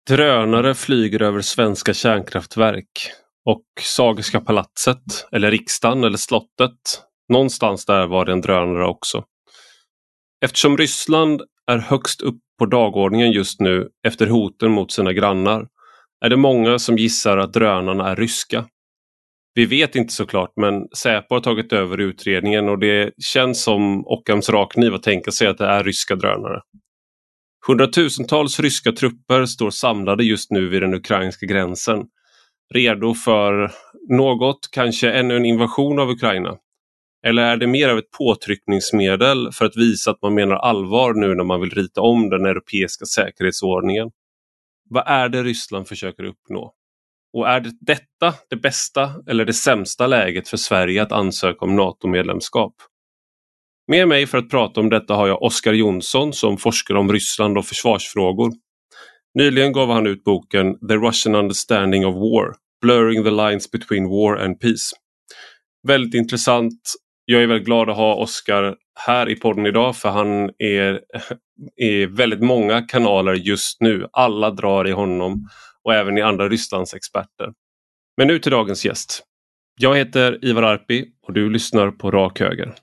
Drönare flyger över svenska kärnkraftverk och Sagerska palatset, eller riksdagen eller slottet. Någonstans där var det en drönare också. Eftersom Ryssland är högst upp på dagordningen just nu efter hoten mot sina grannar är det många som gissar att drönarna är ryska. Vi vet inte såklart, men Säpo har tagit över utredningen och det känns som Occams rakkniv att tänka sig att det är ryska drönare. Hundratusentals ryska trupper står samlade just nu vid den ukrainska gränsen, redo för något, kanske ännu en invasion av Ukraina. Eller är det mer av ett påtryckningsmedel för att visa att man menar allvar nu när man vill rita om den europeiska säkerhetsordningen? Vad är det Ryssland försöker uppnå? Och är detta det bästa eller det sämsta läget för Sverige att ansöka om NATO-medlemskap? Med mig för att prata om detta har jag Oskar Jonsson som forskar om Ryssland och försvarsfrågor. Nyligen gav han ut boken The Russian Understanding of War, Blurring the Lines Between War and Peace. Väldigt intressant. Jag är väldigt glad att ha Oskar här i podden idag för han är väldigt många kanaler just nu. Alla drar i honom och även i andra Rysslands experter. Men nu till dagens gäst. Jag heter Ivar Arpi och du lyssnar på Rak Höger.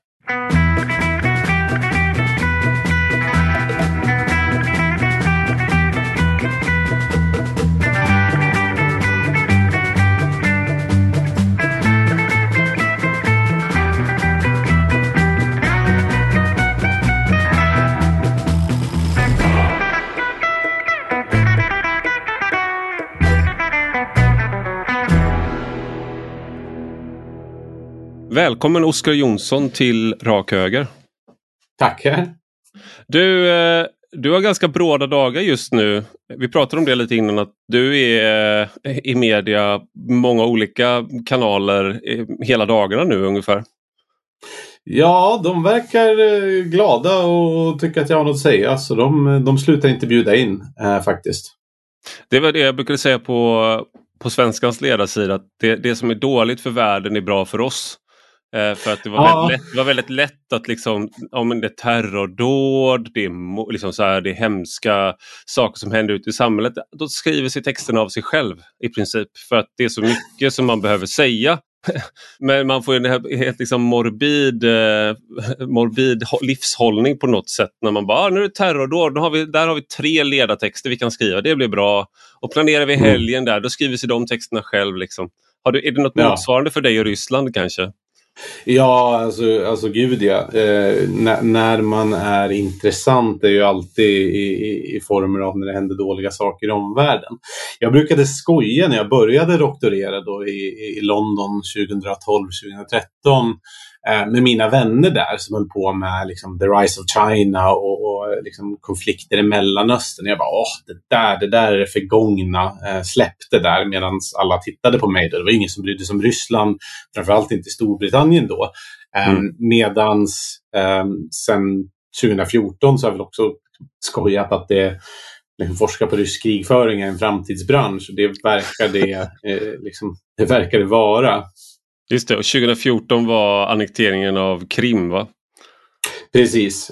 Välkommen Oskar Jonsson till Rak Höger. Tackar. Du har ganska bråda dagar just nu. Vi pratade om det lite innan att du är i media, många olika kanaler hela dagarna nu ungefär. Ja, de verkar glada och tycker att jag har något att säga så de slutar inte bjuda in faktiskt. Det var det jag brukade säga på svenskans ledarsida att det som är dåligt för världen är bra för oss. För att det var väldigt lätt att liksom, det är terrordåd, det är liksom så här, det är hemska saker som händer ute i samhället. Då skriver sig texten av sig själv i princip för att det är så mycket som man behöver säga. Men man får ju en helt liksom morbid livshållning på något sätt när man bara, nu är det terrordåd, där har vi 3 ledartexter vi kan skriva, det blir bra. Och planerar vi helgen där, då skriver sig de texterna själv liksom. Är det något motsvarande för dig i Ryssland kanske? Ja, alltså gud ja. När man är intressant är ju alltid i former av när det händer dåliga saker i omvärlden. Jag brukade skoja när jag började doktorera då i London 2012-2013 med mina vänner där som höll på med liksom, The Rise of China och liksom, konflikter i Mellanöstern. Jag bara, det där är det förgångna. Släppte där medan alla tittade på mig. Det var ingen som brydde sig om Ryssland, framförallt inte i Storbritannien då. Medans sen 2014 så har jag väl också skojat att det liksom, forska på rysk krigföring är en framtidsbransch. Det verkar det verkar det vara. Just det, och 2014 var annekteringen av Krim, va? Precis,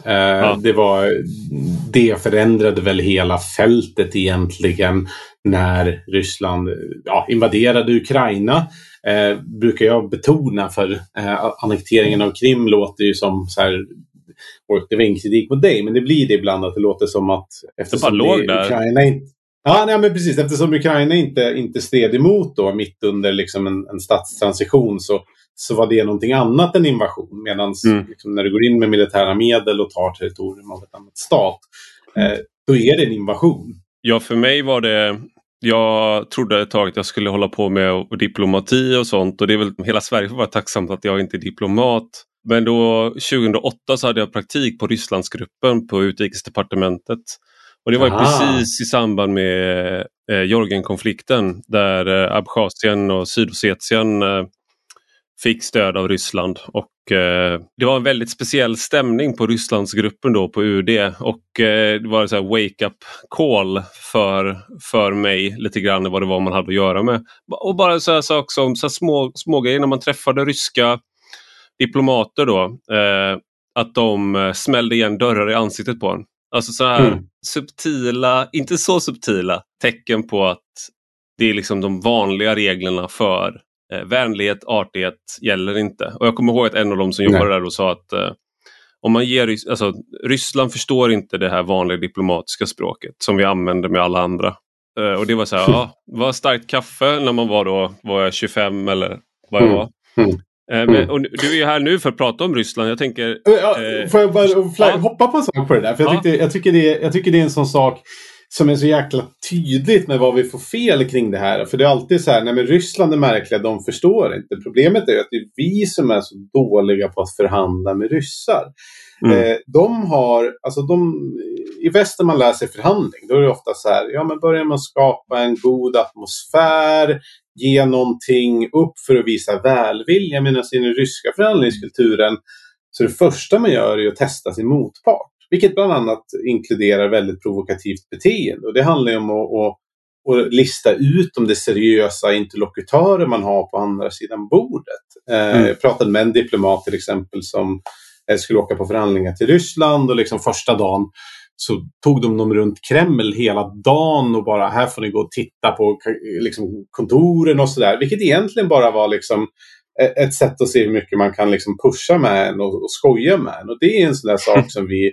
det förändrade väl hela fältet egentligen när Ryssland invaderade Ukraina. Brukar jag betona för annekteringen av Krim låter ju som så här, och det var ingen kritik mot dig, men det blir det ibland att det låter som att eftersom Ukraina inte men precis, eftersom Ukraina inte stred emot då mitt under liksom en statstransition så var det någonting annat än invasion. Medan liksom, när du går in med militära medel och tar territorium av ett annat stat, då är det en invasion. Ja, för mig var det, jag trodde ett tag att jag skulle hålla på med diplomati och sånt. Och det är väl hela Sverige får vara tacksamt att jag inte är diplomat. Men då 2008 så hade jag praktik på Rysslandsgruppen på Utrikesdepartementet. Och det var ju precis i samband med Georgien-konflikten där Abchazien och Sydossetien fick stöd av Ryssland. Och det var en väldigt speciell stämning på Rysslandsgruppen då på UD. Och det var så här wake-up call för mig lite grann vad det var man hade att göra med. Och bara så här saker som så här små grejer när man träffade ryska diplomater då. Att de smällde igen dörrar i ansiktet på en. Alltså så här subtila, inte så subtila tecken på att det är liksom de vanliga reglerna för vänlighet, artighet gäller inte. Och jag kommer ihåg att en av dem som jobbade där och sa att om man ger, alltså Ryssland förstår inte det här vanliga diplomatiska språket som vi använder med alla andra. Och det var så här, var starkt kaffe när man var jag 25 eller vad jag var. Och du är ju här nu för att prata om Ryssland. Jag tänker... får jag bara hoppa på en sak på det där? För jag tycker det är en sån sak som är så jäkla tydligt med vad vi får fel kring det här. För det är alltid så här, nej men Ryssland är märkliga, de förstår inte. Problemet är ju att det är vi som är så dåliga på att förhandla med ryssar. I väst när man lär sig förhandling, då är det ofta så här, ja men börjar man skapa en god atmosfär, ge någonting upp för att visa välvilja, medan i den ryska förhandlingskulturen så det första man gör är att testa sin motpart. Vilket bland annat inkluderar väldigt provokativt beteende. Och det handlar ju om att lista ut de seriösa interlokutörer man har på andra sidan bordet. Jag pratade med en diplomat till exempel som skulle åka på förhandlingar till Ryssland. Och liksom första dagen så tog de dem runt Kreml hela dagen och bara här får ni gå och titta på liksom, kontoren och sådär. Vilket egentligen bara var liksom ett sätt att se hur mycket man kan liksom pusha med en och skoja med en. Och det är en sån där sak som vi,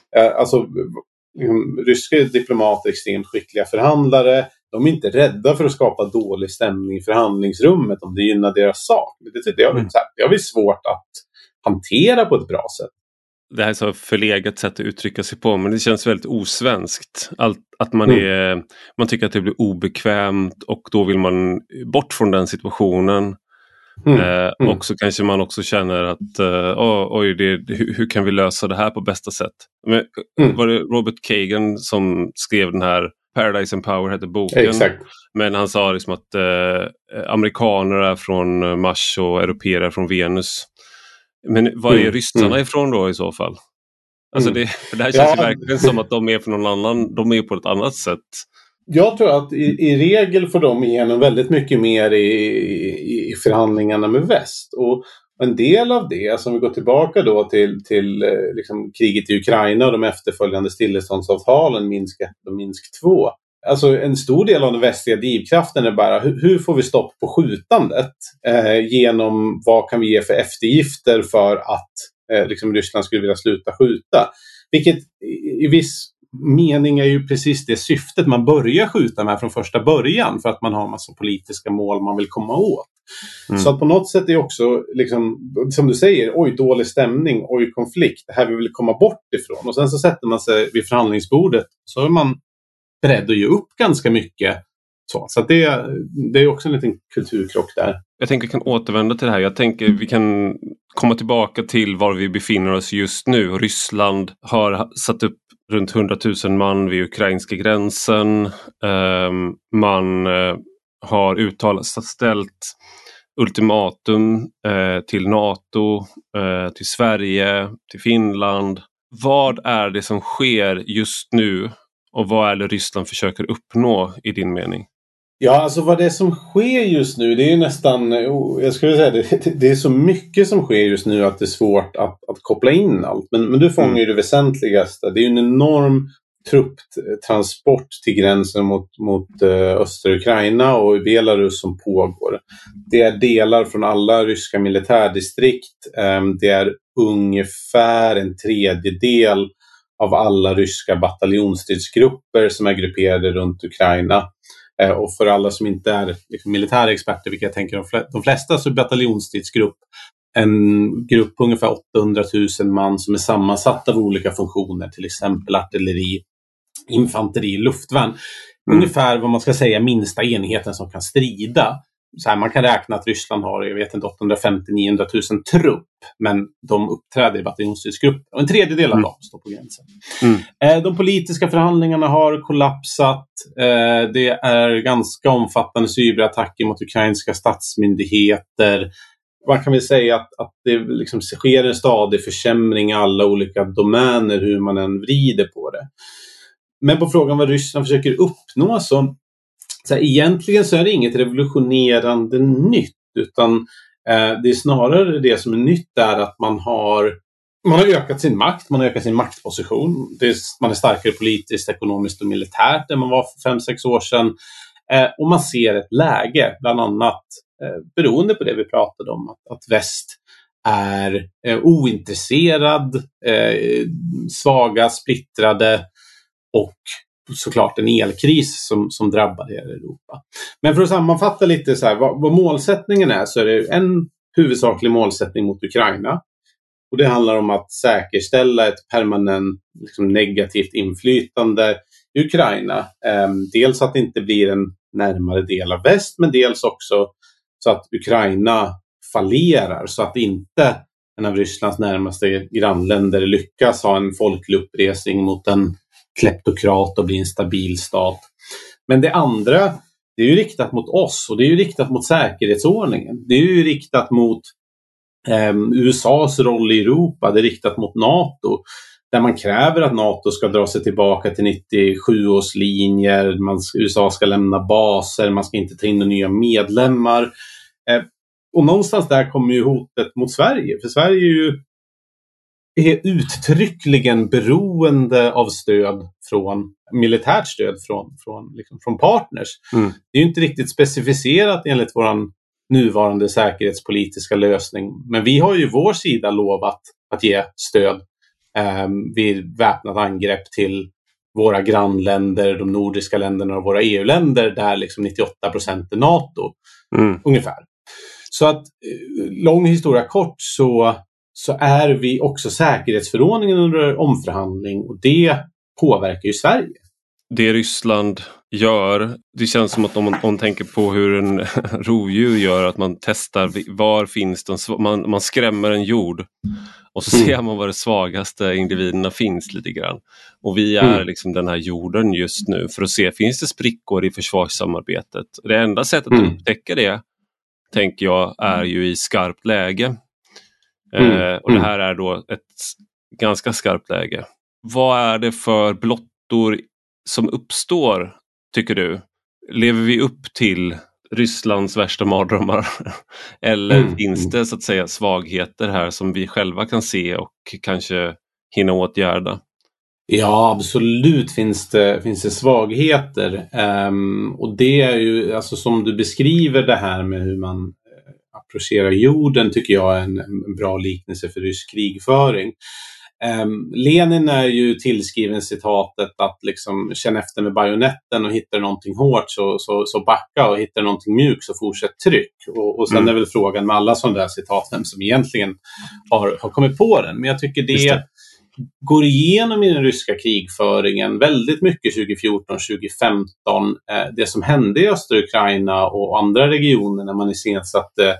ryska diplomater, extremt skickliga förhandlare, de är inte rädda för att skapa dålig stämning i förhandlingsrummet om det gynnar deras sak. Det har vi svårt att hantera på ett bra sätt. Det här är så förlegat sätt att uttrycka sig på, men det känns väldigt osvenskt. Att man tycker att det blir obekvämt och då vill man bort från den situationen. Och så kanske man också känner att hur kan vi lösa det här på bästa sätt? Men, var det Robert Kagan som skrev den här Paradise and Power hette boken? Exakt. Men han sa liksom att amerikaner är från Mars och europeer är från Venus. Men var är ryssarna ifrån då i så fall? Alltså det här känns ju verkligen som att de är från någon annan, de är på ett annat sätt. Jag tror att i regel får de igenom väldigt mycket mer i förhandlingarna med väst. Och en del av det, alltså om vi går tillbaka då till liksom kriget i Ukraina och de efterföljande stilleståndsavtalen Minsk 1 och Minsk 2. Alltså en stor del av den västliga drivkraften är bara hur får vi stopp på skjutandet genom vad kan vi ge för eftergifter för att liksom Ryssland skulle vilja sluta skjuta. Vilket i viss mening är ju precis det syftet man börjar skjuta med från första början för att man har en massa politiska mål man vill komma åt. Så att på något sätt är också liksom, som du säger, dålig stämning, konflikt, det här vi vill komma bort ifrån. Och sen så sätter man sig vid förhandlingsbordet så är man beredd att ge upp ganska mycket. Så att det är också en liten kulturkrock där. Jag tänker vi kan återvända till det här. Jag tänker vi kan komma tillbaka till var vi befinner oss just nu. Ryssland har satt upp runt 100 000 man vid ukrainska gränsen. Man har ställt ultimatum till NATO, till Sverige, till Finland. Vad är det som sker just nu och vad är det Ryssland försöker uppnå i din mening? Ja, alltså vad det är som sker just nu, det är nästan, jag skulle säga det är så mycket som sker just nu att det är svårt att koppla in allt. Men du fångar ju det väsentligaste. Det är ju en enorm trupptransport till gränsen mot östra Ukraina och i Belarus som pågår. Det är delar från alla ryska militärdistrikt. Det är ungefär en tredjedel av alla ryska bataljonsstridsgrupper som är grupperade runt Ukraina. Och för alla som inte är liksom militära experter, vilket jag tänker de flesta, så är bataljonsstridsgrupp en grupp på ungefär 800 000 man som är sammansatt av olika funktioner, till exempel artilleri, infanteri, luftvärn. Ungefär vad man ska säga minsta enheten som kan strida. Så här, man kan räkna att Ryssland har, 850-900 000 trupp, men de uppträder i bataljonsstridsgrupper. Och en tredjedel av dem står på gränsen. De politiska förhandlingarna har kollapsat. Det är ganska omfattande cyberattacker mot ukrainska statsmyndigheter. Man kan väl säga att det liksom sker en stadig försämring i alla olika domäner, hur man än vrider på det. Men på frågan vad Ryssland försöker uppnå så egentligen så är det inget revolutionerande nytt, utan det är snarare det som är nytt är att man har Man har ökat sin makt, man har ökat sin maktposition. Man är starkare politiskt, ekonomiskt och militärt än man var för 5-6 år sedan. Och man ser ett läge, bland annat beroende på det vi pratade om, att väst är ointresserad, svaga, splittrade och såklart en elkris som drabbar hela Europa. Men för att sammanfatta lite så här, vad målsättningen är, så är det en huvudsaklig målsättning mot Ukraina. Och det handlar om att säkerställa ett permanent negativt inflytande i Ukraina. Dels att det inte blir en närmare del av väst, men dels också så att Ukraina fallerar, så att inte en av Rysslands närmaste grannländer lyckas ha en folklig uppresning mot en kleptokrat och bli en stabil stat. Men det andra, det är ju riktat mot oss, och det är ju riktat mot säkerhetsordningen. Det är ju riktat mot USAs roll i Europa, det är riktat mot NATO, där man kräver att NATO ska dra sig tillbaka till 97 års linjer, USA ska lämna baser, man ska inte ta in nya medlemmar. Och någonstans där kommer ju hotet mot Sverige, för Sverige är ju uttryckligen beroende av militärt stöd från partners. Det är ju inte riktigt specificerat enligt våran nuvarande säkerhetspolitiska lösning, men vi har ju vår sida lovat att ge stöd vid väpnat angrepp till våra grannländer, de nordiska länderna och våra EU-länder, där 98% är NATO ungefär. Så att lång historia kort, så är vi också säkerhetsförordningen under omförhandling, och det påverkar ju Sverige. Det Ryssland gör, det känns som att om man tänker på hur en rovdjur gör, att man testar var finns man skrämmer en jord och så ser man var de svagaste individerna finns lite grann. Och vi är den här jorden just nu för att se, finns det sprickor i försvarssamarbetet? Det enda sättet att upptäcka det, tänker jag, är ju i skarpt läge. Och det här är då ett ganska skarpt läge. Vad är det för blottor som uppstår, tycker du? Lever vi upp till Rysslands värsta mardrömmar? Eller finns det så att säga svagheter här som vi själva kan se och kanske hinna åtgärda? Ja, absolut finns det svagheter. Och det är ju, alltså, som du beskriver det här med hur man approcherar jorden, tycker jag är en bra liknelse för rysk krigföring. Lenin är ju tillskriven citatet att känna efter med bajonetten, och hittar någonting hårt så backa, och hittar någonting mjukt så fortsätt tryck. Och sen är väl frågan med alla sådana där citat vem som egentligen har kommit på den. Men jag tycker det går igenom i den ryska krigföringen väldigt mycket 2014-2015. Det som hände i östra Ukraina och andra regioner när man iscensatte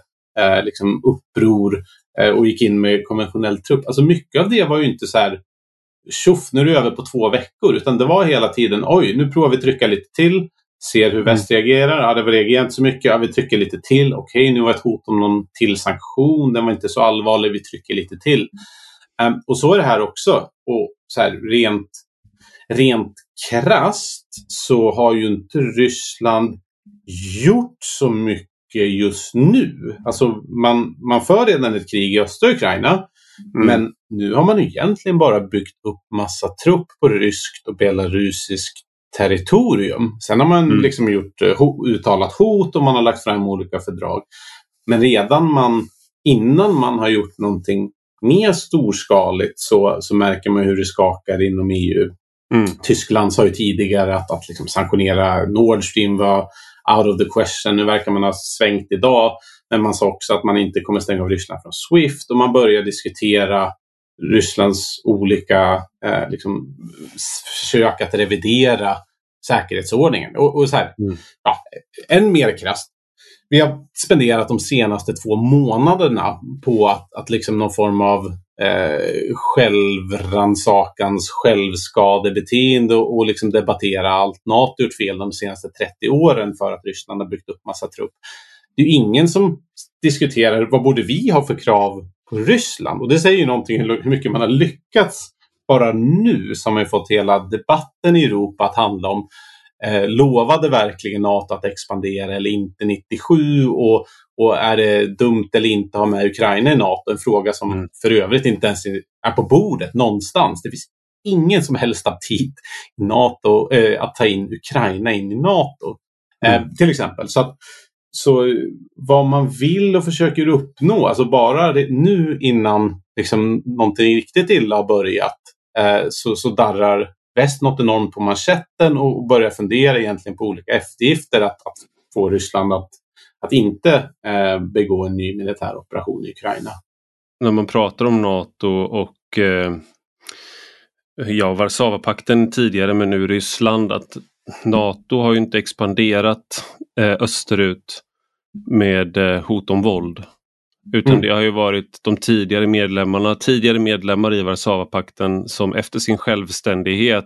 uppror och gick in med konventionell trupp. Alltså mycket av det var ju inte så här tjoff, nu är det över på 2 veckor, utan det var hela tiden, oj, nu provar vi trycka lite till, ser hur väst reagerar, ja, det reagerar inte så mycket, ja, vi trycker lite till, okej, nu var ett hot om någon till sanktion, den var inte så allvarlig, vi trycker lite till. Och så är det här också, och så här rent krasst så har ju inte Ryssland gjort så mycket just nu. Alltså man för redan ett krig i östra Ukraina, men nu har man egentligen bara byggt upp massa trupp på ryskt och belarusiskt territorium. Sen har man gjort uttalat hot, och man har lagt fram olika fördrag. Men innan man har gjort någonting mer storskaligt så märker man hur det skakar inom EU. Tyskland sa ju tidigare att sanktionera Nord Stream var out of the question. Nu verkar man ha svängt idag, men man sa också att man inte kommer stänga av Ryssland från SWIFT, och man börjar diskutera Rysslands olika försök att revidera säkerhetsordningen. Och så här, än mer krasst. Vi har spenderat de senaste 2 månaderna på att någon form av självransakans självskadebeteende och debattera allt NATO gjort fel de senaste 30 åren för att Ryssland har byggt upp massa trupp. Det är ju ingen som diskuterar vad borde vi ha för krav på Ryssland, och det säger ju någonting hur mycket man har lyckats bara nu, som har fått hela debatten i Europa att handla om Lovade verkligen NATO att expandera eller inte 97 och är det dumt eller inte att ha med Ukraina i NATO? En fråga som för övrigt inte ens är på bordet någonstans. Det finns ingen som helst aptit i NATO att ta in Ukraina in i NATO. Till exempel. Så vad man vill och försöker uppnå, alltså bara nu innan liksom någonting riktigt illa har börjat, så darrar väst något enormt på manschetten och börjar fundera egentligen på olika eftergifter att få Ryssland att inte begå en ny militär operation i Ukraina. När man pratar om NATO och Warszawapakten tidigare, men nu Ryssland, att NATO har ju inte expanderat österut med hot om våld. Utan det har ju varit de tidigare medlemmar i Warszawapakten som efter sin självständighet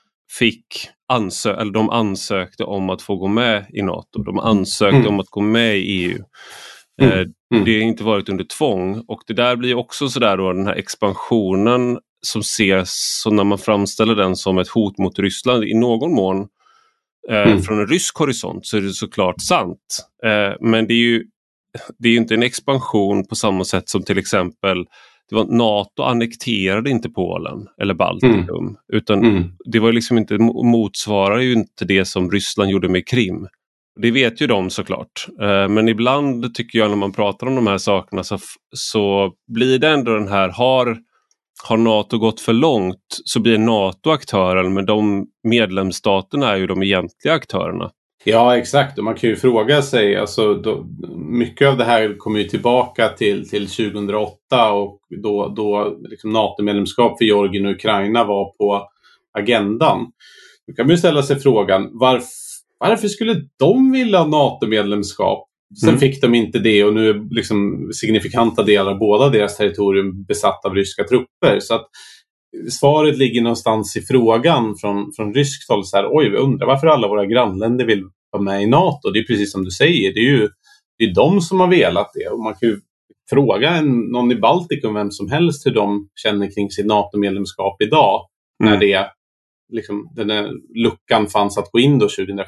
de ansökte om att få gå med i NATO. De ansökte om att gå med i EU. Det har inte varit under tvång, och det där blir också sådär då, den här expansionen som ses, så när man framställer den som ett hot mot Ryssland i någon mån från en rysk horisont, så är det såklart sant. Men det är ju inte en expansion på samma sätt som till exempel NATO annekterade inte Polen eller Baltikum, utan det var liksom inte, motsvarar ju inte det som Ryssland gjorde med Krim. Det vet ju de såklart. Men ibland tycker jag när man pratar om de här sakerna så blir det ändå den här, har NATO gått för långt så blir NATO aktören, men de medlemsstaterna är ju de egentliga aktörerna. Ja, exakt. Och man kan ju fråga sig, alltså, mycket av det här kommer ju tillbaka till 2008 och då liksom NATO-medlemskap för Georgien och Ukraina var på agendan. Då kan man ju ställa sig frågan, varför skulle de vilja ha NATO-medlemskap? Sen fick de inte det, och nu är liksom signifikanta delar av båda deras territorium besatt av ryska trupper. Så att svaret ligger någonstans i frågan från ryskt håll. Så här, vi undrar varför alla våra grannländer vill vara med i NATO. Det är precis som du säger, det är de som har velat det. Och man kan ju fråga någon i Baltikum, vem som helst, hur de känner kring sitt NATO-medlemskap idag. När den här luckan fanns att gå in då 2004.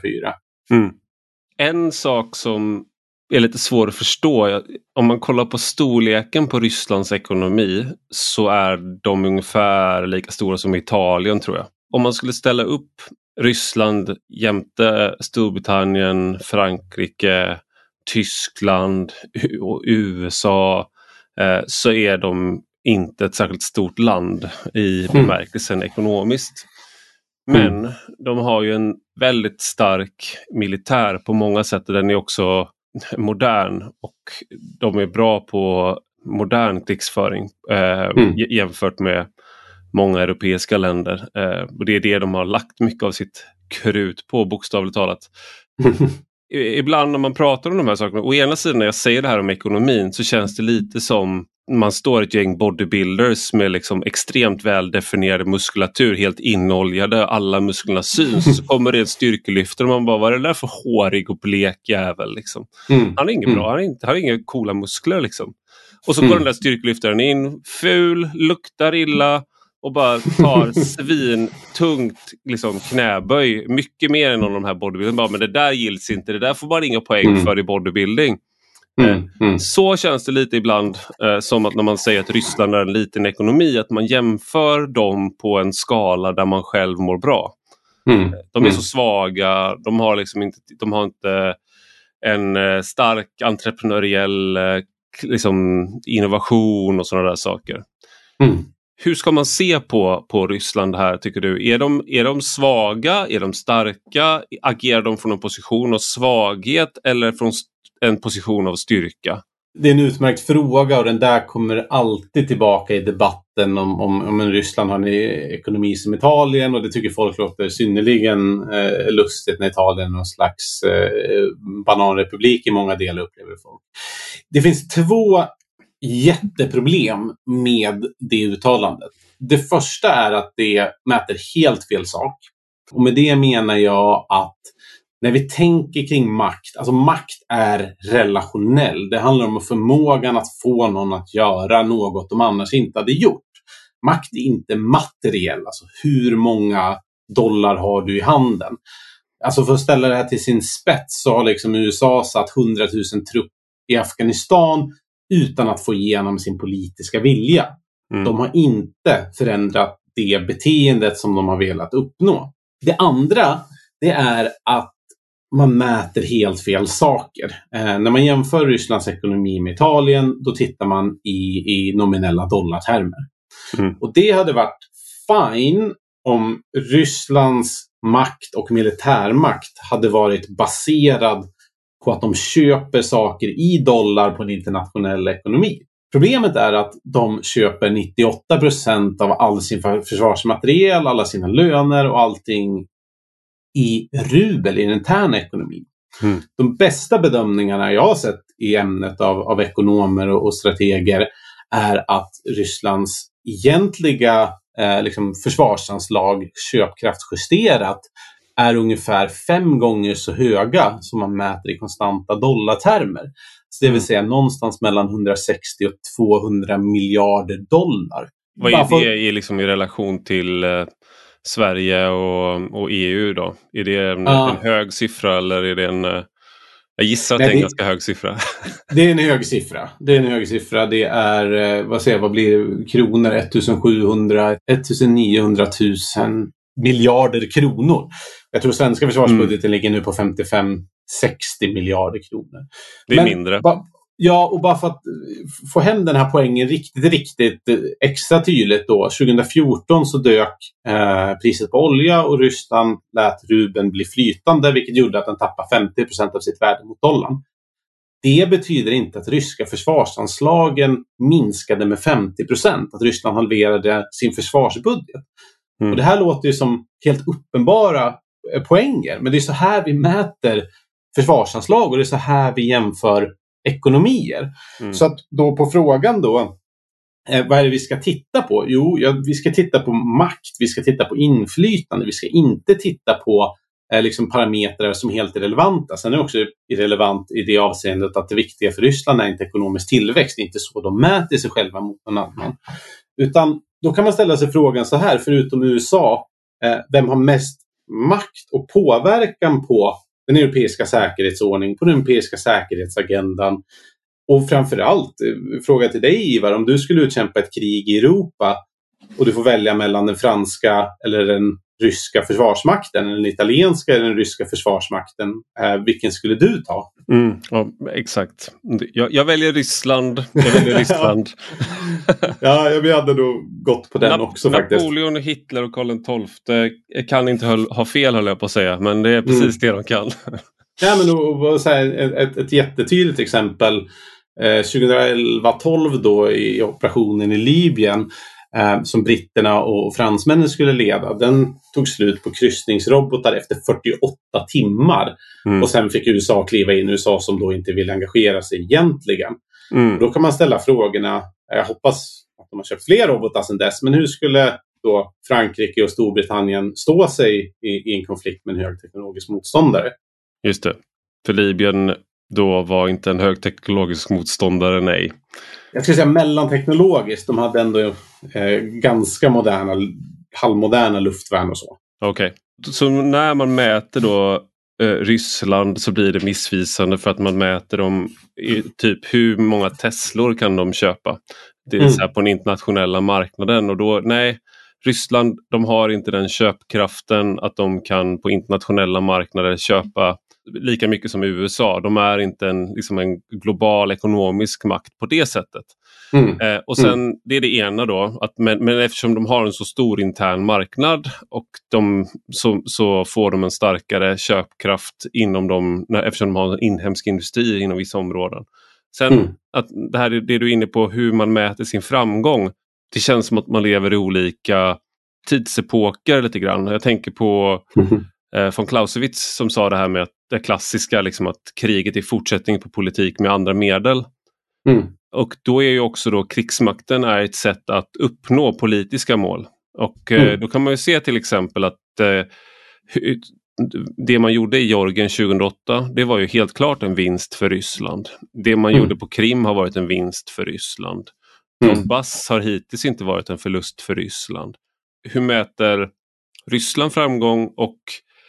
En sak som är lite svår att förstå, om man kollar på storleken på Rysslands ekonomi, så är de ungefär lika stora som Italien, tror jag. Om man skulle ställa upp Ryssland jämte Storbritannien, Frankrike, Tyskland och USA, så är de inte ett särskilt stort land i bemärkelsen ekonomiskt. Men de har ju en väldigt stark militär på många sätt. Den är också modern, och de är bra på modern krigsföring jämfört med många europeiska länder. Och det är det de har lagt mycket av sitt krut på, bokstavligt talat. Ibland när man pratar om de här sakerna, å ena sidan när jag säger det här om ekonomin, så känns det lite som man står ett gäng bodybuilders med liksom extremt väl definierad muskulatur, helt inoljade, alla musklerna syns, och så kommer det en styrkelyftare och man bara, vad är det där för hårig och blek jävel liksom? Han är inget bra, han har inga coola muskler liksom. Och så går den där styrkelyftaren in, ful, luktar illa och bara tar svintungt liksom knäböj, mycket mer än de här bodybuilding. Bara, men det där gills inte, det där får man inga poäng för i bodybuilding. Så känns det lite ibland som att när man säger att Ryssland är en liten ekonomi, att man jämför dem på en skala där man själv mår bra. De är så svaga, de har inte en stark entreprenöriell liksom innovation och sådana där saker. Hur ska man se på Ryssland här, tycker du? Är de svaga? Är de starka? Agerar de från en position av svaghet eller från en position av styrka? Det är en utmärkt fråga, och den där kommer alltid tillbaka i debatten om en Ryssland har en ekonomi som Italien, och det tycker folk låter synnerligen lustigt när Italien är någon slags bananrepublik i många delar, upplever folk. Det finns två jätteproblem med det uttalandet. Det första är att det mäter helt fel sak. Och med det menar jag att när vi tänker kring makt, alltså makt är relationell. Det handlar om förmågan att få någon att göra något de annars inte hade gjort. Makt är inte materiell, alltså hur många dollar har du i handen. Alltså för att ställa det här till sin spets så har liksom USA satt 100 000 trupp i Afghanistan utan att få igenom sin politiska vilja. De har inte förändrat det beteendet som de har velat uppnå. Det andra, det är att man mäter helt fel saker. När man jämför Rysslands ekonomi med Italien, då tittar man i nominella dollartermer. Och det hade varit fine om Rysslands makt och militärmakt hade varit baserad på att de köper saker i dollar på en internationell ekonomi. Problemet är att de köper 98% av all sin försvarsmateriel, alla sina löner och allting i rubel i den interna ekonomin. De bästa bedömningarna jag har sett i ämnet av ekonomer och strateger är att Rysslands egentliga liksom försvarsanslag köpkraftsjusterat är ungefär 5 gånger så höga som man mäter i konstanta dollartermer. Så det vill säga någonstans mellan 160 och 200 miljarder dollar. Vad är det liksom i relation till Sverige och EU då? Är det en hög siffra eller är det en... Jag gissar att det är en ganska hög siffra. Det är en hög siffra. Det är, vad blir det? Kronor, 1900 000 miljarder kronor. Jag tror svenska försvarsbudgeten ligger nu på 55-60 miljarder kronor. Det är mindre. Och bara för att få hem den här poängen riktigt extra tydligt då. 2014 så dök priset på olja och Ryssland lät rubeln bli flytande, vilket gjorde att den tappade 50% av sitt värde mot dollarn. Det betyder inte att ryska försvarsanslagen minskade med 50%, att Ryssland halverade sin försvarsbudget. Och det här låter ju som helt uppenbara poänger, men det är så här vi mäter försvarsanslag och det är så här vi jämför ekonomier. Så att då på frågan då, vad är det vi ska titta på? Jo, vi ska titta på makt, vi ska titta på inflytande, vi ska inte titta på liksom parametrar som är helt irrelevanta. Sen är det också irrelevant i det avseendet att det viktiga för Ryssland är inte ekonomisk tillväxt, det är inte så de mäter sig själva mot någon annan. Utan då kan man ställa sig frågan så här, förutom USA, vem har mest makt och påverkan på den europeiska säkerhetsordningen, på den europeiska säkerhetsagendan? Och framförallt, fråga till dig Ivar, om du skulle utkämpa ett krig i Europa och du får välja mellan den franska eller den ryska försvarsmakten, eller den italienska eller den ryska försvarsmakten, vilken skulle du ta? Ja, exakt. Jag väljer Ryssland. Ja, vi hade nog gått på den också faktiskt. Napoleon, Hitler och Karl XII kan inte ha fel, höll jag på att säga, men det är precis det de kan. Ja, men ett jättetydligt exempel 2011-12 då i operationen i Libyen som britterna och fransmännen skulle leda, den tog slut på kryssningsrobotar efter 48 timmar. Och sen fick USA kliva in, USA som då inte vill engagera sig egentligen. Då kan man ställa frågorna, jag hoppas att de har köpt fler robotar sedan dess, men hur skulle då Frankrike och Storbritannien stå sig i en konflikt med en högteknologisk motståndare? Just det, för Libyen då var inte en högteknologisk motståndare, nej. Jag skulle säga mellanteknologiskt. De hade ändå ganska moderna, halvmoderna luftvärn och så. Okej. Så när man mäter då Ryssland så blir det missvisande för att man mäter dem i typ hur många Teslor kan de köpa. Det är så här på den internationella marknaden och då, nej, Ryssland, de har inte den köpkraften att de kan på internationella marknader köpa lika mycket som USA. De är inte en global ekonomisk makt på det sättet. Och sen, det är det ena då, att, men eftersom de har en så stor intern marknad och så får de en starkare köpkraft inom dem, eftersom de har en inhemsk industri inom vissa områden. Sen, att det här är det du är inne på, hur man mäter sin framgång. Det känns som att man lever i olika tidsepoker lite grann. Jag tänker på von Clausewitz som sa det här med att det klassiska, liksom att kriget är fortsättning på politik med andra medel. Och då är ju också då krigsmakten är ett sätt att uppnå politiska mål. Och då kan man ju se till exempel att det man gjorde i Georgien 2008, det var ju helt klart en vinst för Ryssland. Det man gjorde på Krim har varit en vinst för Ryssland. Donbass har hittills inte varit en förlust för Ryssland. Hur mäter Ryssland framgång och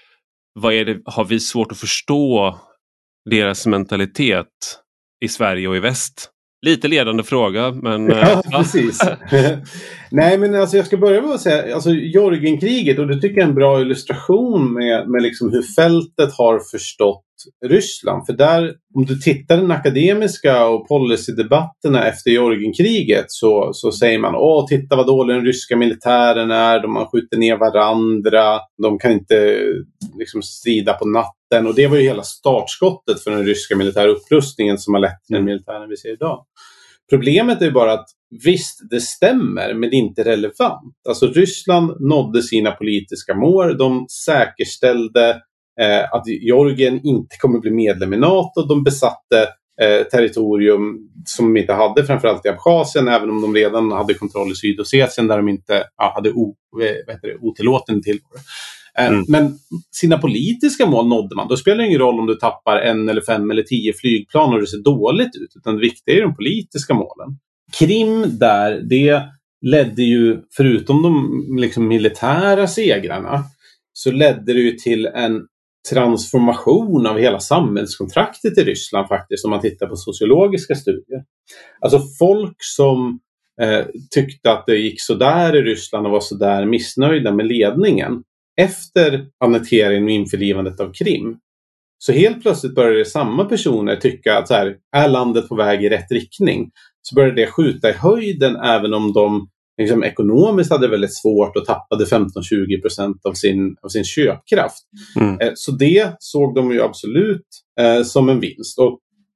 har vi svårt att förstå deras mentalitet i Sverige och i väst? Lite ledande fråga, men... Ja, precis. Nej, men alltså jag ska börja med att säga, alltså Georgienkriget, och det tycker jag är en bra illustration med liksom hur fältet har förstått Ryssland. För där, om du tittar den akademiska och policydebatterna efter Georgienkriget så säger man, titta vad dålig den ryska militären är, man skjuter ner varandra, de kan inte liksom strida på natten. Och det var ju hela startskottet för den ryska militära upprustningen som har lett till den militären vi ser idag. Problemet är ju bara att visst, det stämmer, men det är inte relevant. Alltså Ryssland nådde sina politiska mål. De säkerställde att Georgien inte kommer bli medlem i NATO. De besatte territorium som de inte hade, framförallt i Abchazien, även om de redan hade kontroll i Sydossetien där de inte hade otillåten tillvaro. Men sina politiska mål nådde man. Då spelar det ingen roll om du tappar 1 eller 5 eller 10 flygplan och det ser dåligt ut. Utan det viktiga är de politiska målen. Krim där, det ledde ju, förutom de liksom militära segrarna, så ledde det ju till en transformation av hela samhällskontraktet i Ryssland faktiskt, om man tittar på sociologiska studier. Alltså folk som tyckte att det gick så där i Ryssland och var så där missnöjda med ledningen efter annekteringen och införlivandet av Krim. Så helt plötsligt började samma personer tycka att så här, är landet på väg i rätt riktning? Så började det skjuta i höjden, även om de liksom ekonomiskt hade väldigt svårt och tappade 15-20% av sin köpkraft. Så det såg de ju absolut som en vinst. Och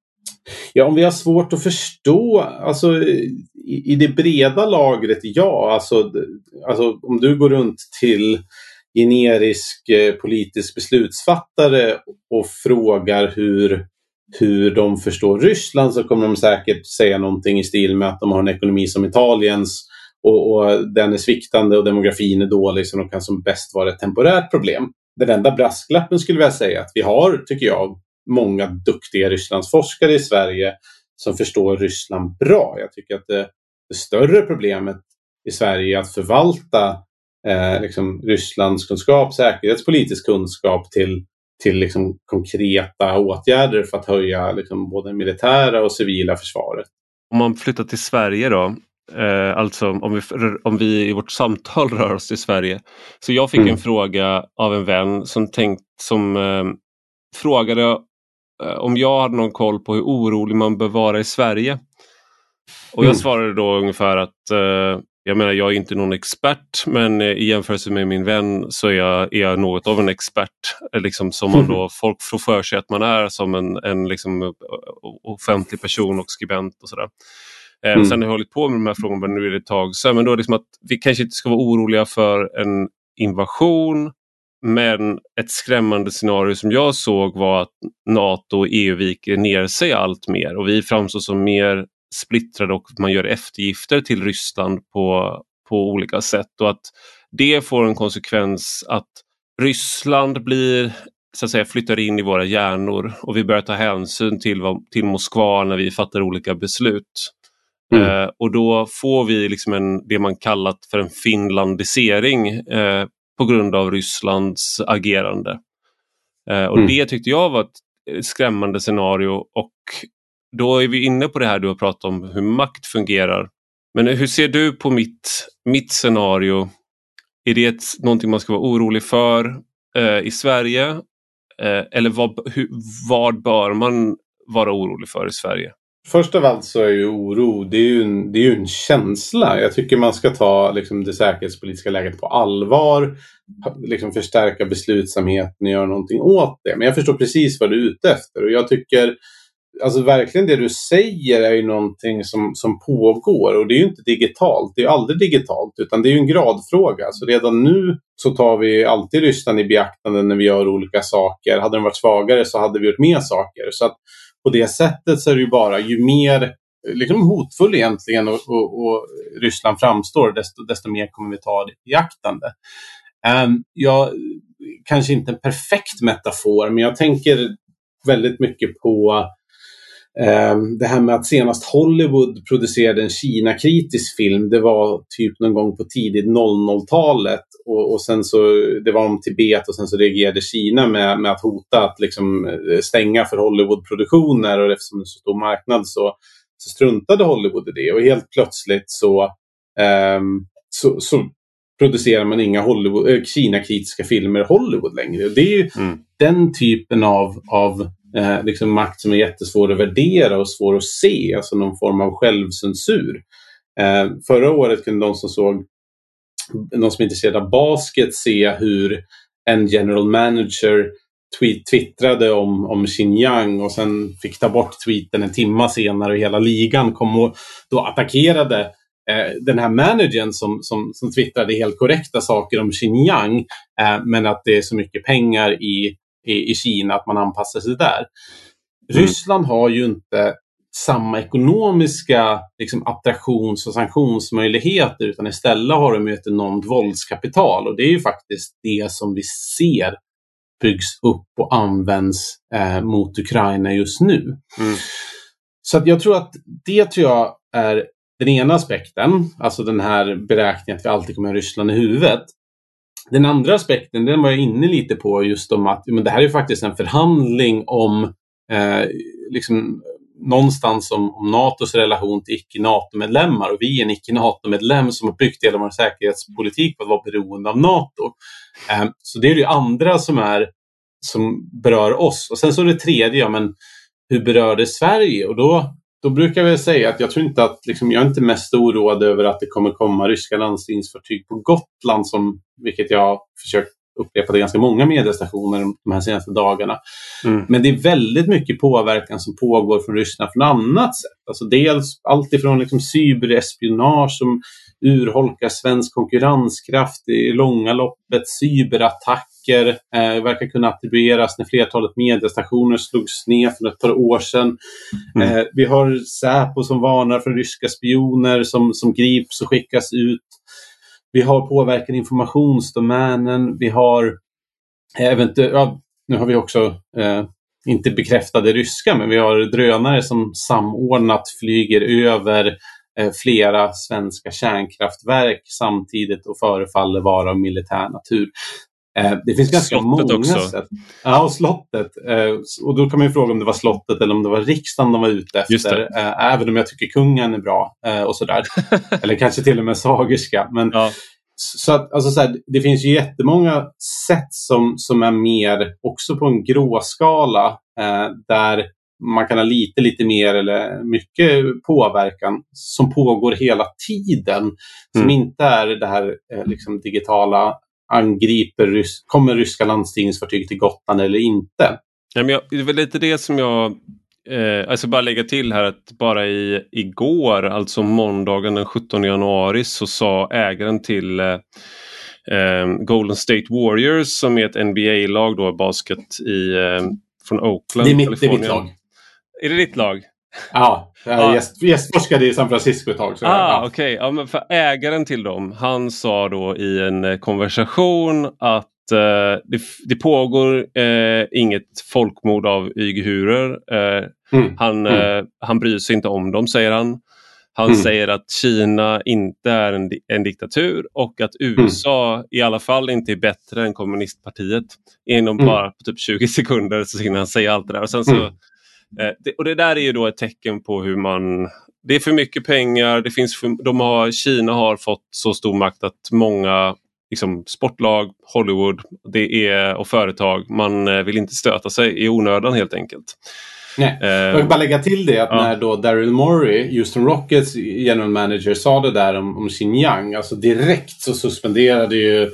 ja, om vi har svårt att förstå, alltså i det breda lagret, ja, alltså om du går runt till generisk politisk beslutsfattare och frågar hur de förstår Ryssland, så kommer de säkert säga någonting i stil med att de har en ekonomi som Italiens och den är sviktande och demografin är dålig, så de kan som bäst vara ett temporärt problem. Den enda brasklappen skulle jag säga att vi har, tycker jag, många duktiga Rysslandsforskare i Sverige som förstår Ryssland bra. Jag tycker att det större problemet i Sverige är att förvalta liksom Rysslands kunskap, säkerhetspolitisk kunskap till liksom konkreta åtgärder för att höja liksom både militära och civila försvaret. Om man flyttar till Sverige då, alltså om vi i vårt samtal rör oss till Sverige. Så jag fick en fråga av en vän som frågade om jag hade någon koll på hur orolig man bör vara i Sverige. Och jag svarade då ungefär att jag menar, jag är inte någon expert, men i jämförelse med min vän så är jag något av en expert, liksom, som man då, folk får för sig att man är som en liksom offentlig person och skribent och sådär. Sen har jag hållit på med de här frågorna nu är det ett tag. Så, men då är det liksom att vi kanske inte ska vara oroliga för en invasion, men ett skrämmande scenario som jag såg var att NATO och EU viker ner sig allt mer och vi framstår som mer splittrade och man gör eftergifter till Ryssland på olika sätt, och att det får en konsekvens att Ryssland blir, så att säga, flyttar in i våra hjärnor och vi börjar ta hänsyn till Moskva när vi fattar olika beslut. Och då får vi liksom det man kallat för en finlandisering på grund av Rysslands agerande. Och det tyckte jag var ett skrämmande scenario, och då är vi inne på det här du har pratat om, hur makt fungerar. Men hur ser du på mitt scenario? Är det någonting man ska vara orolig för i Sverige? Eller vad bör man vara orolig för i Sverige? Först av allt så är ju oro, det är ju en känsla. Jag tycker man ska ta liksom det säkerhetspolitiska läget på allvar, liksom förstärka beslutsamheten och göra någonting åt det. Men jag förstår precis vad du är ute efter, och jag tycker alltså verkligen det du säger är ju någonting som pågår, och det är ju inte digitalt, det är ju aldrig digitalt, utan det är ju en gradfråga. Så redan nu så tar vi alltid Ryssland i beaktande när vi gör olika saker. Hade de varit svagare så hade vi gjort mer saker. Så att på det sättet så är det ju bara, ju mer liksom hotfull egentligen och Ryssland framstår, desto mer kommer vi ta det i beaktande. Jag kanske inte en perfekt metafor, men jag tänker väldigt mycket på det här med att senast Hollywood producerade en Kina-kritisk film, det var typ någon gång på tidigt 00-talet och sen så, det var om Tibet och sen så reagerade Kina med att hota att liksom stänga för Hollywood-produktioner, och eftersom det är så stor marknad så struntade Hollywood i det, och helt plötsligt så producerar man inga Kina-kritiska filmer i Hollywood längre. Och det är ju den typen av liksom makt som är jättesvår att värdera och svår att se, alltså någon form av självcensur. Förra året kunde de som är intresserade av basket se hur en general manager twittrade om Xinjiang och sen fick ta bort tweeten en timme senare, och hela ligan kom och då attackerade den här managern som twittrade helt korrekta saker om Xinjiang, men att det är så mycket pengar i Kina att man anpassar sig där. Ryssland har ju inte samma ekonomiska liksom, attraktions- och sanktionsmöjligheter, utan istället har de ett enormt våldskapital, och det är ju faktiskt det som vi ser byggs upp och används mot Ukraina just nu. Så att jag tror att det är den ena aspekten, alltså den här beräkningen att vi alltid kommer ha Ryssland i huvudet. Den andra aspekten, den var jag inne lite på, just om att men det här är faktiskt en förhandling om liksom någonstans om NATOs relation till icke-NATO-medlemmar, och vi är en icke-NATO-medlem som har byggt hela vår säkerhetspolitik på att vara beroende av NATO. Så det är det andra som berör oss. Och sen så är det tredje, men hur berör det Sverige? Och då brukar jag säga att jag tror inte att liksom, jag är inte mest oroad över att det kommer komma ryska landstringsfartyg på Gotland, vilket jag har försökt upprepa i ganska många mediestationer de här senaste dagarna. Men det är väldigt mycket påverkan som pågår från Ryssland från annat sätt. Alltså dels allt ifrån liksom cyberespionage som urholkar svensk konkurrenskraft i långa loppet, cyberattacker verkar kunna attribueras när flertalet mediestationer slogs ner för ett par år sedan. Vi har Säpo som varnar för ryska spioner som grips och skickas ut. Vi har påverkan informationsdomänen. Vi har nu har vi också inte bekräftade ryska, men vi har drönare som samordnat flyger över flera svenska kärnkraftverk samtidigt och förefaller vara av militär natur. Det finns ganska slottet många också. sätt. Ja, och slottet. Och då kan man ju fråga om det var slottet eller om det var riksdagen de var ute efter. Även om jag tycker kungen är bra och sådär. Eller kanske till och med Sagerska. Men så att, alltså så här, det finns ju jättemånga sätt som är mer också på en gråskala där man kan ha lite mer eller mycket påverkan som pågår hela tiden. Som inte är det här liksom digitala kommer ryska landstigningsfartyg till Gotland eller inte. Ja, men det är väl lite det som jag alltså bara lägga till här, att bara igår, alltså måndagen den 17 januari, så sa ägaren till Golden State Warriors, som är ett NBA-lag då, basket från Oakland, Kalifornien. Det är mitt lag. Är det ditt lag? Ja, jag gästforskade i San Francisco ett tag. Okej. Ja, men för ägaren till dem, han sa då i en konversation att det pågår inget folkmord av uigurer. Han bryr sig inte om dem, säger han. Han säger att Kina inte är en diktatur och att USA i alla fall inte är bättre än kommunistpartiet. Inom bara på typ 20 sekunder så hinner han säga allt det där. Och sen så och det där är ju då ett tecken på hur det är för mycket pengar, Kina har fått så stor makt att många liksom, sportlag, Hollywood och företag, man vill inte stöta sig i onödan helt enkelt. Nej, jag vill bara lägga till det att när då Daryl Morey, Houston Rockets general manager, sa det där om Xinjiang, alltså direkt så suspenderade ju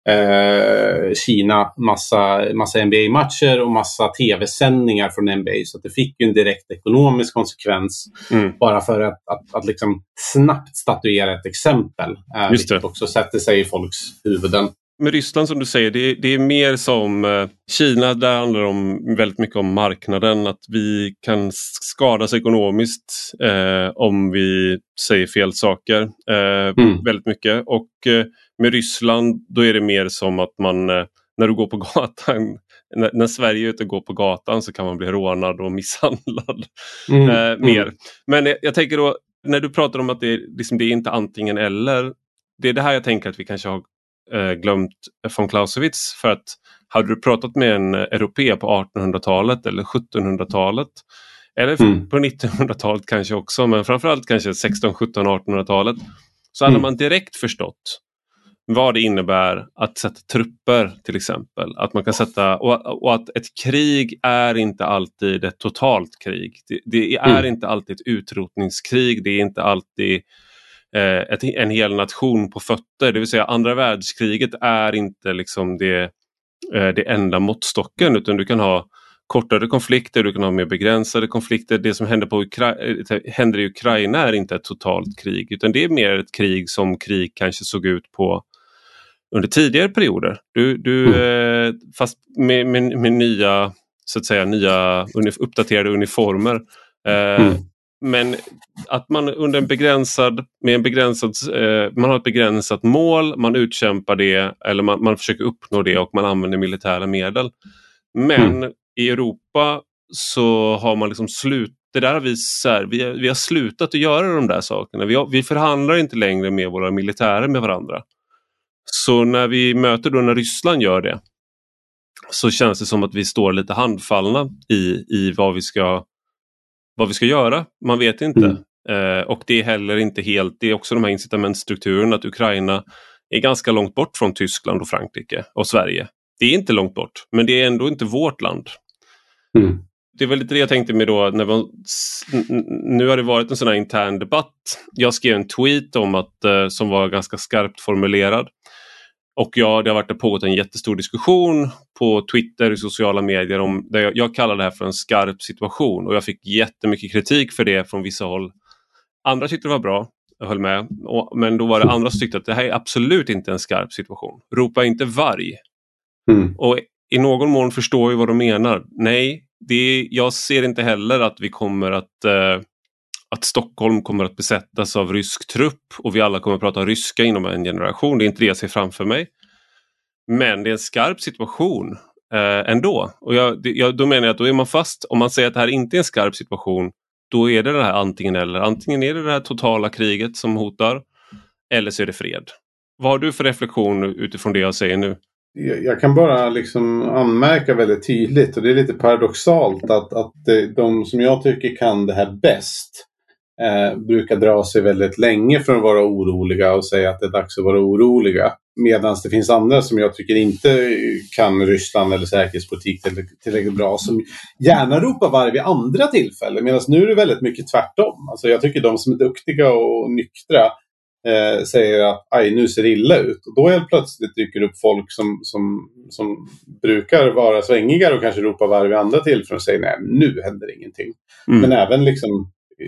Kina massa NBA-matcher och massa tv-sändningar från NBA, så att det fick ju en direkt ekonomisk konsekvens bara för att liksom snabbt statuera ett exempel, vilket också sätter sig i folks huvuden. Med Ryssland, som du säger, det är mer som Kina, där handlar det väldigt mycket om marknaden, att vi kan skadas ekonomiskt om vi säger fel saker väldigt mycket, och med Ryssland då är det mer som att man när du går på gatan när Sverige är ute och går på gatan så kan man bli rånad och misshandlad mer. Men jag tänker då, när du pratar om att det är inte antingen eller, det är det här jag tänker att vi kanske har glömt von Clausewitz, för att hade du pratat med en europé på 1800-talet eller 1700-talet eller på 1900-talet kanske också, men framförallt kanske 16, 17, 1800-talet, så hade man direkt förstått vad det innebär att sätta trupper till exempel. Att man kan sätta, och att ett krig är inte alltid ett totalt krig. Det är inte alltid ett utrotningskrig, det är inte alltid en hel nation på fötter. Det vill säga andra världskriget är inte liksom det enda måttstocken, utan du kan ha kortare konflikter, du kan ha mer begränsade konflikter. Det som händer i Ukraina är inte ett totalt krig, utan det är mer ett krig som krig kanske såg ut på under tidigare perioder. Fast med nya, så att säga, uppdaterade uniformer. Men att man under man har ett begränsat mål, man utkämpar det, eller man försöker uppnå det och man använder militära medel. Men i Europa så har man liksom det där vi har slutat att göra de där sakerna. Vi förhandlar inte längre med våra militärer med varandra. Så när vi möter då när Ryssland gör det, så känns det som att vi står lite handfallna i vad vi ska göra. Man vet inte. Och det är heller inte helt, det är också de här incitamentstrukturerna, att Ukraina är ganska långt bort från Tyskland och Frankrike och Sverige. Det är inte långt bort, men det är ändå inte vårt land. Det är väl lite det jag tänkte med då, nu har det varit en sån här intern debatt. Jag skrev en tweet om som var ganska skarpt formulerad. Och det har pågått en jättestor diskussion på Twitter och sociala medier om det. Jag kallar det här för en skarp situation, och jag fick jättemycket kritik för det från vissa håll. Andra tyckte det var bra, jag höll med. Men då var det andra som tyckte att det här är absolut inte en skarp situation. Ropa inte varg. Och i någon mån förstår jag vad de menar. Nej, jag ser inte heller att vi kommer att Stockholm kommer att besättas av rysk trupp och vi alla kommer att prata ryska inom en generation. Det är inte det jag ser framför mig. Men det är en skarp situation ändå. Och då menar jag att då är man fast. Om man säger att det här inte är en skarp situation, då är det här antingen eller. Antingen är det här totala kriget som hotar, eller så är det fred. Vad har du för reflektion utifrån det jag säger nu? Jag kan bara liksom anmärka väldigt tydligt, och det är lite paradoxalt att de som jag tycker kan det här bäst brukar dra sig väldigt länge från att vara oroliga och säga att det är dags att vara oroliga. Medan det finns andra som jag tycker inte kan Ryssland eller säkerhetspolitik tillräckligt bra, som gärna ropar varv vid andra tillfällen. Medan nu är det väldigt mycket tvärtom. Alltså jag tycker de som är duktiga och nyktra säger att nu ser det illa ut. Och då helt plötsligt dyker upp folk som brukar vara svängigare och kanske ropar varv vid andra tillfällen och säger nej, nu händer ingenting. Men även liksom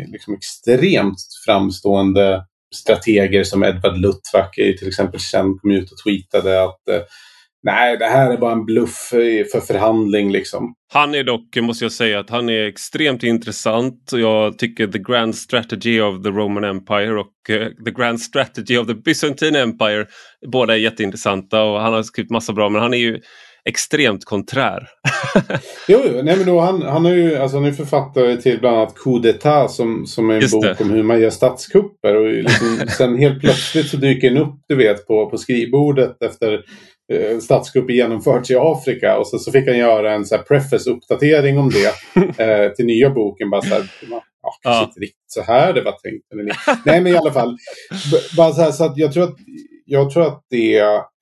extremt framstående strateger som Edvard Luttwak till exempel sen kom ut och tweetade att nej, det här är bara en bluff för förhandling liksom. Han är dock, måste jag säga, att han är extremt intressant. Jag tycker The Grand Strategy of the Roman Empire och The Grand Strategy of the Byzantine Empire, båda är jätteintressanta, och han har skrivit massa bra, men han är ju extremt konträr. Jo, nej, men då, han är ju författare till bland annat Coup d'État som är en bok om hur man gör statskupper, och liksom, sen helt plötsligt så dyker den upp, du vet, på skrivbordet efter statskupp genomförts i Afrika, och så fick han göra en så här preface-uppdatering om det till nya boken, bara så här, kanske inte riktigt så här det var tänkt. Nej, men i alla fall bara så här, så att jag tror att det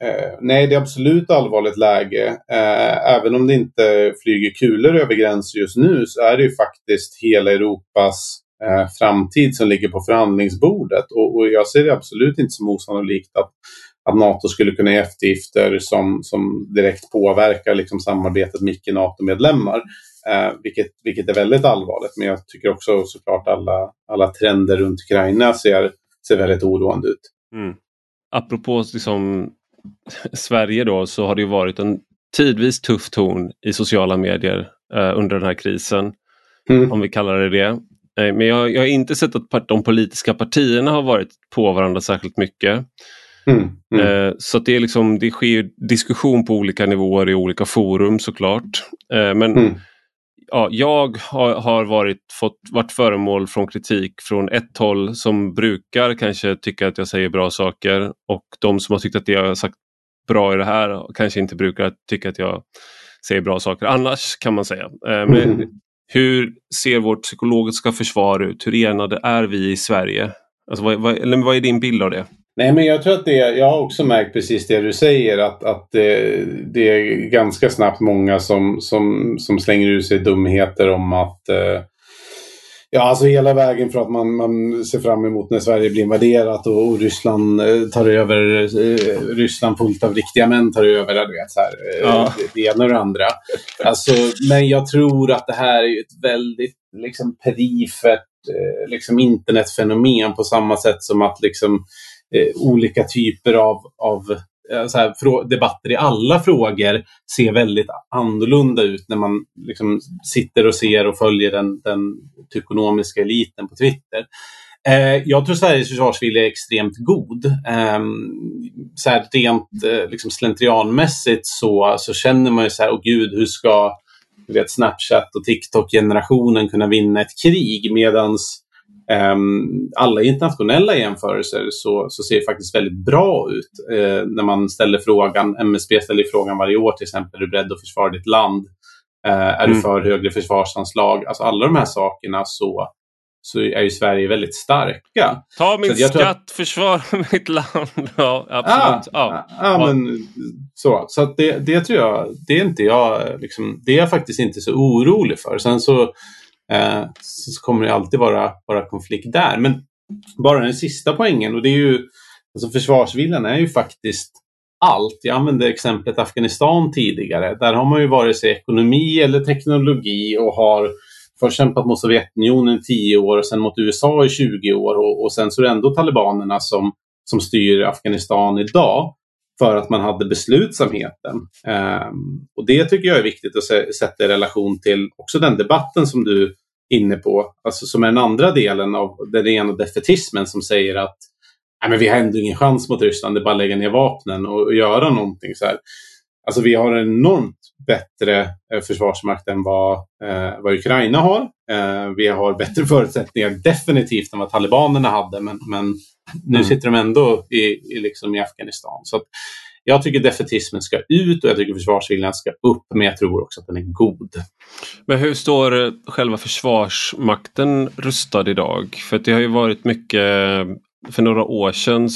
är absolut allvarligt läge. Även om det inte flyger kulor över gränser just nu, så är det ju faktiskt hela Europas framtid som ligger på förhandlingsbordet. Och jag ser det absolut inte som osannolikt att NATO skulle kunna ge eftergifter som direkt påverkar liksom samarbetet med icke-NATO-medlemmar. Vilket är väldigt allvarligt. Men jag tycker också såklart alla trender runt Ukraina ser väldigt oroande ut. Apropå liksom Sverige då, så har det ju varit en tidvis tuff ton i sociala medier under den här krisen. Om vi kallar det. Men jag har inte sett att de politiska partierna har varit på varandra särskilt mycket. Så att det är liksom, det sker diskussion på olika nivåer i olika forum såklart. Men ja, jag har varit föremål från kritik från ett håll som brukar kanske tycka att jag säger bra saker, och de som har tyckt att jag har sagt bra i det här kanske inte brukar tycka att jag säger bra saker annars, kan man säga. Men hur ser vårt psykologiska försvar ut? Hur enade är vi i Sverige? Alltså, vad är din bild av det? Nej, men jag tror att jag har också märkt precis det du säger, att det är ganska snabbt många som slänger ut sig dumheter om att alltså hela vägen för att man ser fram emot när Sverige blir invaderat och Ryssland tar över, Ryssland fullt av riktiga män tar över, du vet, så här, det ena och det andra. Alltså, men jag tror att det här är ett väldigt liksom perifert liksom internetfenomen, på samma sätt som att liksom olika typer av så här, debatter i alla frågor ser väldigt annorlunda ut när man liksom sitter och ser och följer den ekonomiska eliten på Twitter. Jag tror Sveriges försvarsvilja är extremt god. Så här, rent liksom slentrianmässigt så känner man ju så här, åh gud, hur ska Snapchat och TikTok-generationen kunna vinna ett krig, medans alla internationella jämförelser så ser det faktiskt väldigt bra ut när man ställer frågan. MSB ställer frågan varje år, till exempel: är du beredd att försvara ditt land? Är du för högre försvarsanslag? Alltså alla de här sakerna så är ju Sverige väldigt starka. Ta min skatt, försvara mitt land. Ja, absolut. Men så att det tror jag, det är inte jag liksom, det är jag faktiskt inte så orolig för. Sen så kommer det alltid vara konflikt där. Men bara den sista poängen, och det är ju, alltså försvarsviljan är ju faktiskt allt. Jag använde exemplet Afghanistan tidigare. Där har man ju vare sig ekonomi eller teknologi, och har först kämpat mot Sovjetunionen i 10 år och sen mot USA i 20 år, och sen så är det ändå talibanerna som styr Afghanistan idag, för att man hade beslutsamheten. Och det tycker jag är viktigt att sätta i relation till också den debatten som du är inne på, alltså som är den andra delen av den rena defetismen, som säger att men vi har ändå ingen chans mot Ryssland, det är bara att lägga ner vapnen och göra någonting så här. Alltså vi har en enormt bättre försvarsmakt än vad Ukraina har. Vi har bättre förutsättningar definitivt än vad talibanerna hade, men nu sitter de ändå i Afghanistan. Så att jag tycker defetismen ska ut, och jag tycker försvarsviljan ska upp, men jag tror också att den är god. Men hur står själva försvarsmakten rustad idag? För att det har ju varit mycket, för några år sedan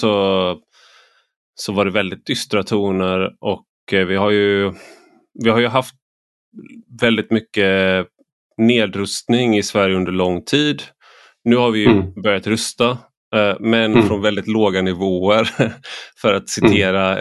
så var det väldigt dystra toner, och vi har ju haft väldigt mycket nedrustning i Sverige under lång tid. Nu har vi ju börjat rusta, men från väldigt låga nivåer, för att citera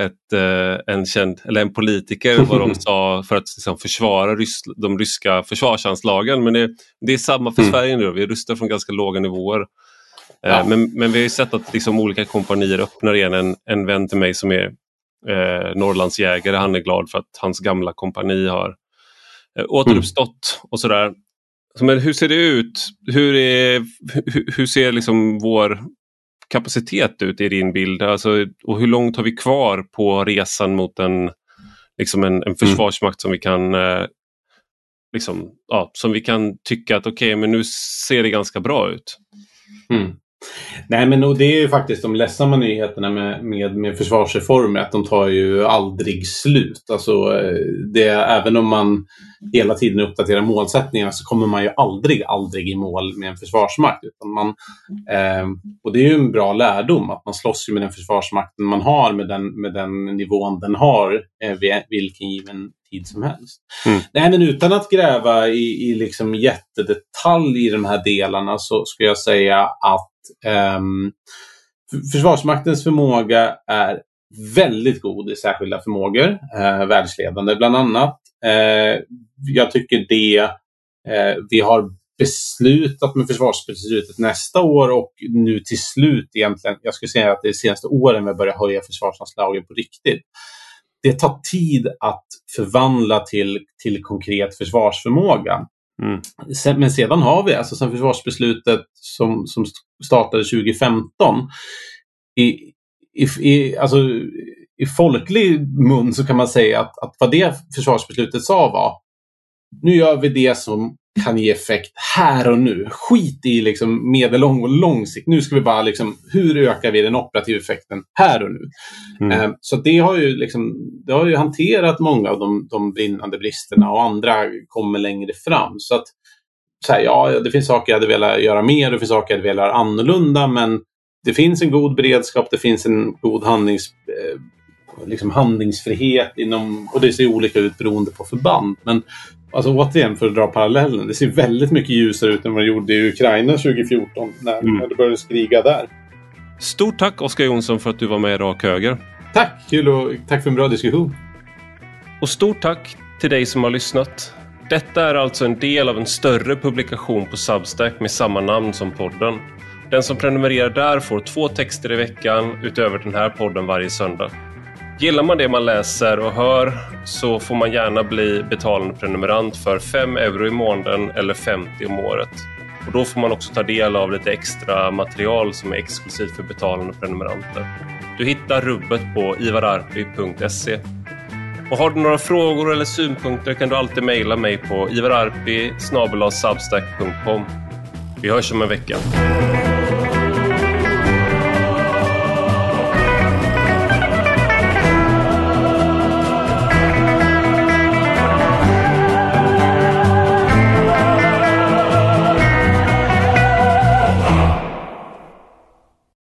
en politiker, vad de sa, för att liksom försvara de ryska försvarsanslagen. Men det är samma för Sverige nu. Vi rustar från ganska låga nivåer. Men vi har ju sett att liksom olika kompanier öppnar igen. En vän till mig som är Norrlandsjägare, han är glad för att hans gamla kompani har återuppstått och sådär. Men hur ser det ut? Hur ser liksom vår kapacitet ut i din bild? Alltså, och hur långt har vi kvar på resan mot en försvarsmakt som vi kan som vi kan tycka att okej, men nu ser det ganska bra ut. Nej, men det är ju faktiskt de ledsamma nyheterna med försvarsreformer, att de tar ju aldrig slut. Alltså, även om man hela tiden uppdaterar målsättningarna, så kommer man ju aldrig i mål med en försvarsmakt. Utan och det är ju en bra lärdom, att man slåss ju med den försvarsmakten man har, med den nivån den har vid vilken given tid som helst. Nej, men utan att gräva i liksom jättedetalj i de här delarna, så ska jag säga att försvarsmaktens förmåga är väldigt god i särskilda förmågor, världsledande bland annat. Jag tycker vi har beslutat med försvarsbeslutet nästa år, och nu till slut egentligen, jag skulle säga att det är de senaste åren vi börjar höja försvarsanslagen på riktigt. Det tar tid att förvandla till konkret försvarsförmåga. Men sedan har vi, alltså sen försvarsbeslutet som startade 2015, i folklig mun så kan man säga att vad det försvarsbeslutet sa var: nu gör vi det som kan ge effekt här och nu. Skit i liksom medellång och lång sikt. Nu ska vi bara liksom, hur ökar vi den operativa effekten här och nu? Så det har ju hanterat många av de brinnande bristerna, och andra kommer längre fram. Så att det finns saker jag hade velat göra mer, det finns saker jag hade velat göra annorlunda, men det finns en god beredskap, det finns en god handlingsfrihet inom, och det ser olika ut beroende på förband. Men alltså återigen, för att dra parallellen, det ser väldigt mycket ljusare ut än vad det gjorde i Ukraina 2014 när det började skriga där. Stort tack Oskar Jonsson för att du var med i Rak Höger. Tack, kul, och tack för en bra diskussion. Och stort tack till dig som har lyssnat. Detta är alltså en del av en större publikation på Substack med samma namn som podden. Den som prenumererar där får 2 texter i veckan utöver den här podden varje söndag. Gillar man det man läser och hör så får man gärna bli betalande prenumerant för 5 euro i månaden eller 50 om året. Och då får man också ta del av lite extra material som är exklusivt för betalande prenumeranter. Du hittar rubbet på ivararpi.se. Och har du några frågor eller synpunkter kan du alltid mejla mig på ivararpi@substack.com. Vi hörs om en vecka.